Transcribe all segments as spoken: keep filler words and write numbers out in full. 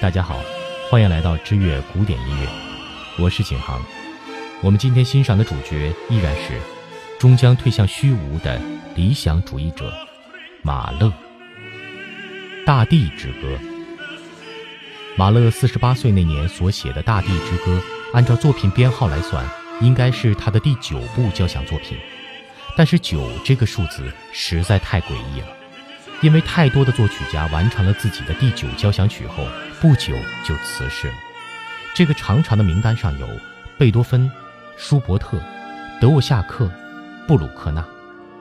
大家好，欢迎来到知乐古典音乐，我是景航。我们今天欣赏的主角依然是终将退向虚无的理想主义者马勒。大地之歌。马勒四十八岁那年所写的《大地之歌》，按照作品编号来算，应该是他的第九部交响作品。但是九这个数字实在太诡异了，因为太多的作曲家完成了自己的第九交响曲后，不久就辞世了。这个长长的名单上有贝多芬、舒伯特、德沃夏克、布鲁克纳。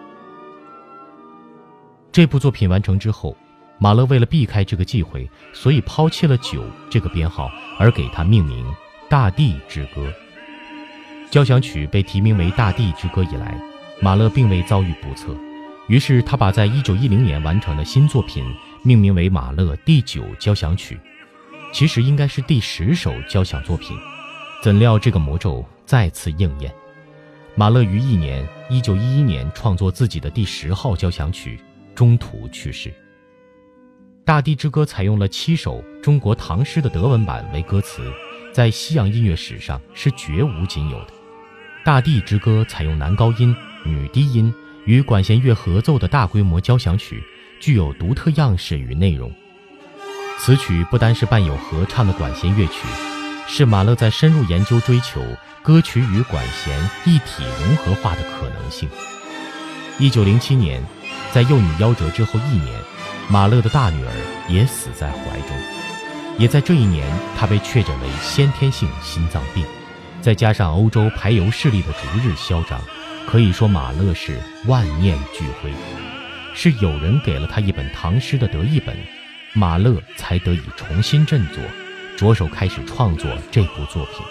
这部作品完成之后，马勒为了避开这个忌讳，所以抛弃了九这个编号，而给它命名《大地之歌》。交响曲被提名为《大地之歌》以来，马勒并未遭遇不测，于是他把在一九一零年完成的新作品命名为马勒第九交响曲，其实应该是第十首交响作品。怎料这个魔咒再次应验，马勒于一年一九一一年创作自己的第十号交响曲，中途去世。大地之歌采用了七首中国唐诗的德文版为歌词，在西洋音乐史上是绝无仅有的。大地之歌采用男高音、女低音与管弦乐合奏的大规模交响曲，具有独特样式与内容。此曲不单是伴有合唱的管弦乐曲，是马勒在深入研究追求歌曲与管弦一体融合化的可能性。一九零七年，在幼女夭折之后一年，马勒的大女儿也死在怀中，也在这一年，他被确诊为先天性心脏病。再加上欧洲排犹势力的逐日嚣张，可以说马勒是万念俱灰。是有人给了他一本唐诗的得译本，马勒才得以重新振作，着手开始创作这部作品。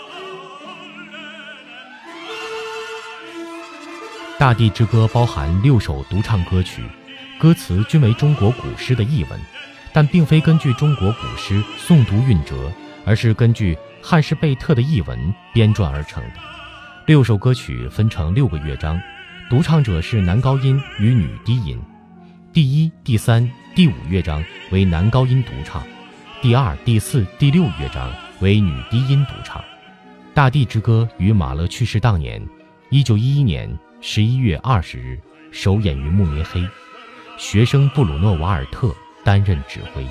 大地之歌包含六首独唱歌曲，歌词均为中国古诗的译文，但并非根据中国古诗诵读韵折，而是根据汉士贝特的译文编撰而成的。六首歌曲分成六个乐章，独唱者是男高音与女低音。第一、第三、第五乐章为男高音独唱，第二、第四、第六乐章为女低音独唱。大地之歌于马勒去世当年一九一一年十一月二十日首演于慕尼黑，学生布鲁诺·瓦尔特担任指挥。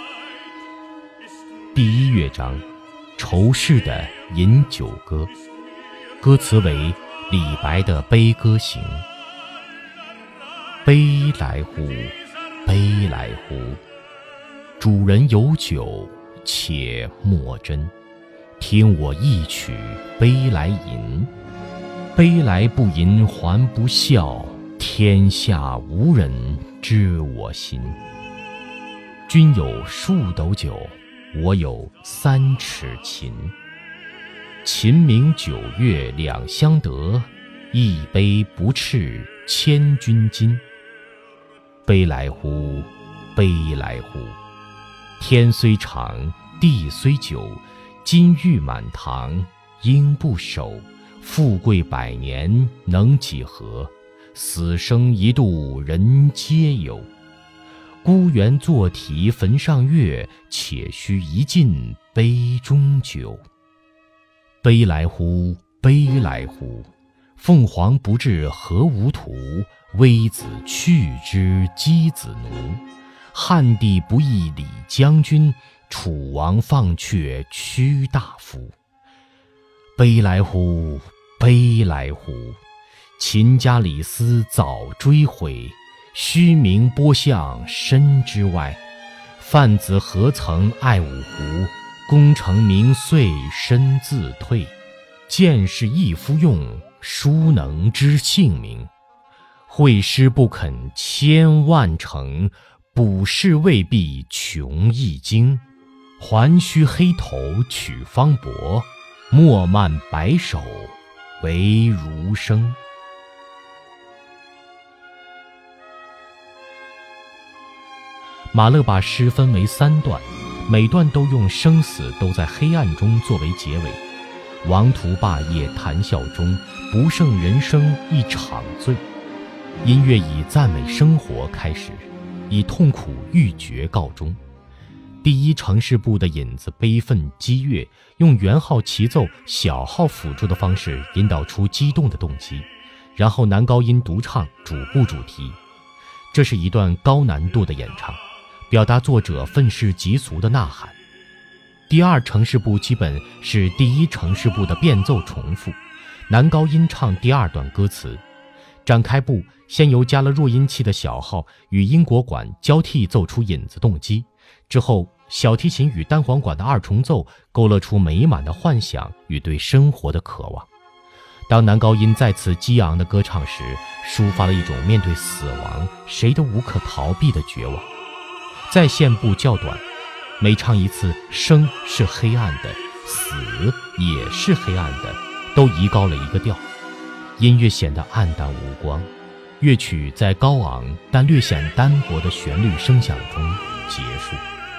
第一乐章，仇视的饮酒歌，歌词为李白的悲歌行。悲来乎，悲来乎，主人有酒且莫斟，听我一曲悲来吟。悲来不吟还不笑，天下无人知我心。君有数斗酒，我有三尺琴。琴鸣九月两相得，一杯不啻千钧金。悲来乎，悲来乎，天虽长，地虽久，金玉满堂应不守。富贵百年能几何？死生一度人皆有。孤园坐题坟上月，且须一尽杯中酒。悲来乎，悲来乎，凤凰不至何无图，微子去之箕子奴。汉帝不义李将军，楚王放却屈大夫。悲来乎，悲来乎，秦家李斯早追悔，虚名播向身之外。范子何曾爱五胡，功成名遂身自退。见识亦夫用，书能知姓名。会师不肯千万成，卜筮未必穷一经。还须黑头取方帛，莫漫白首为儒生。马勒把诗分为三段，每段都用生死都在黑暗中作为结尾。王图霸业谈笑中，不胜人生一场醉。音乐以赞美生活开始，以痛苦欲绝告终。 第一城市部的引子悲愤激越，用圆号齐奏、小号辅助的方式引导出激动的动机，然后男高音独唱主部主题。这是一段高难度的演唱，表达作者愤世嫉俗的呐喊。第二城市部基本是第一城市部的变奏重复，男高音唱第二段歌词。展开部先由加了弱音器的小号与英国管交替奏出引子动机，之后小提琴与单簧管的二重奏勾勒出美满的幻想与对生活的渴望。当男高音再次激昂的歌唱时，抒发了一种面对死亡谁都无可逃避的绝望。再现部较短，每唱一次，生是黑暗的，死也是黑暗的，都移高了一个调，音乐显得暗淡无光。乐曲在高昂但略显单薄的旋律声响中结束。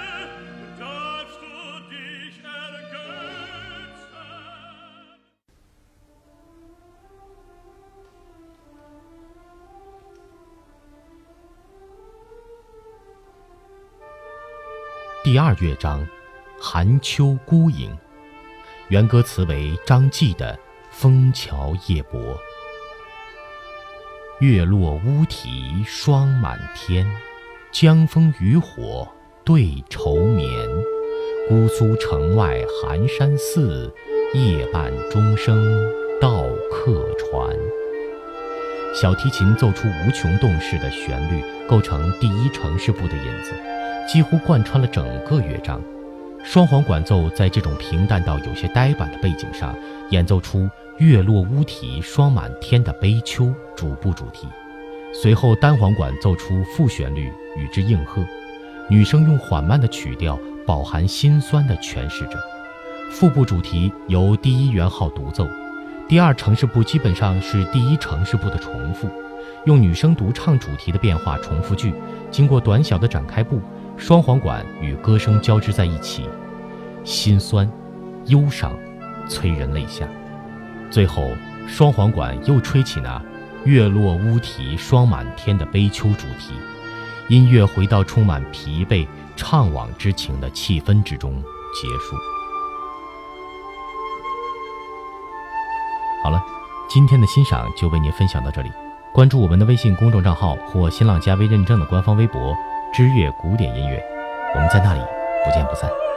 第二乐章，寒秋孤影，原歌词为张继的《枫桥夜泊》。月落乌啼霜满天，江枫渔火对愁眠。姑苏城外寒山寺，夜半钟声到客船。小提琴奏出无穷动势的旋律，构成第一城市部的引子，几乎贯穿了整个乐章。双簧管奏在这种平淡到有些呆板的背景上，演奏出月落乌啼霜满天的悲秋主部主题。随后单簧管奏出副旋律与之应和，女声用缓慢的曲调饱含心酸地诠释着。副部主题由第一圆号独奏，第二城市部基本上是第一城市部的重复，用女声独唱主题的变化重复句，经过短小的展开部，双簧管与歌声交织在一起，心酸、忧伤，催人泪下。最后，双簧管又吹起那月落乌啼霜满天的悲秋主题，音乐回到充满疲惫、怅惘之情的气氛之中结束。好了，今天的欣赏就为您分享到这里。关注我们的微信公众账号或新浪加微认证的官方微博知乐古典音乐，我们在那里不见不散。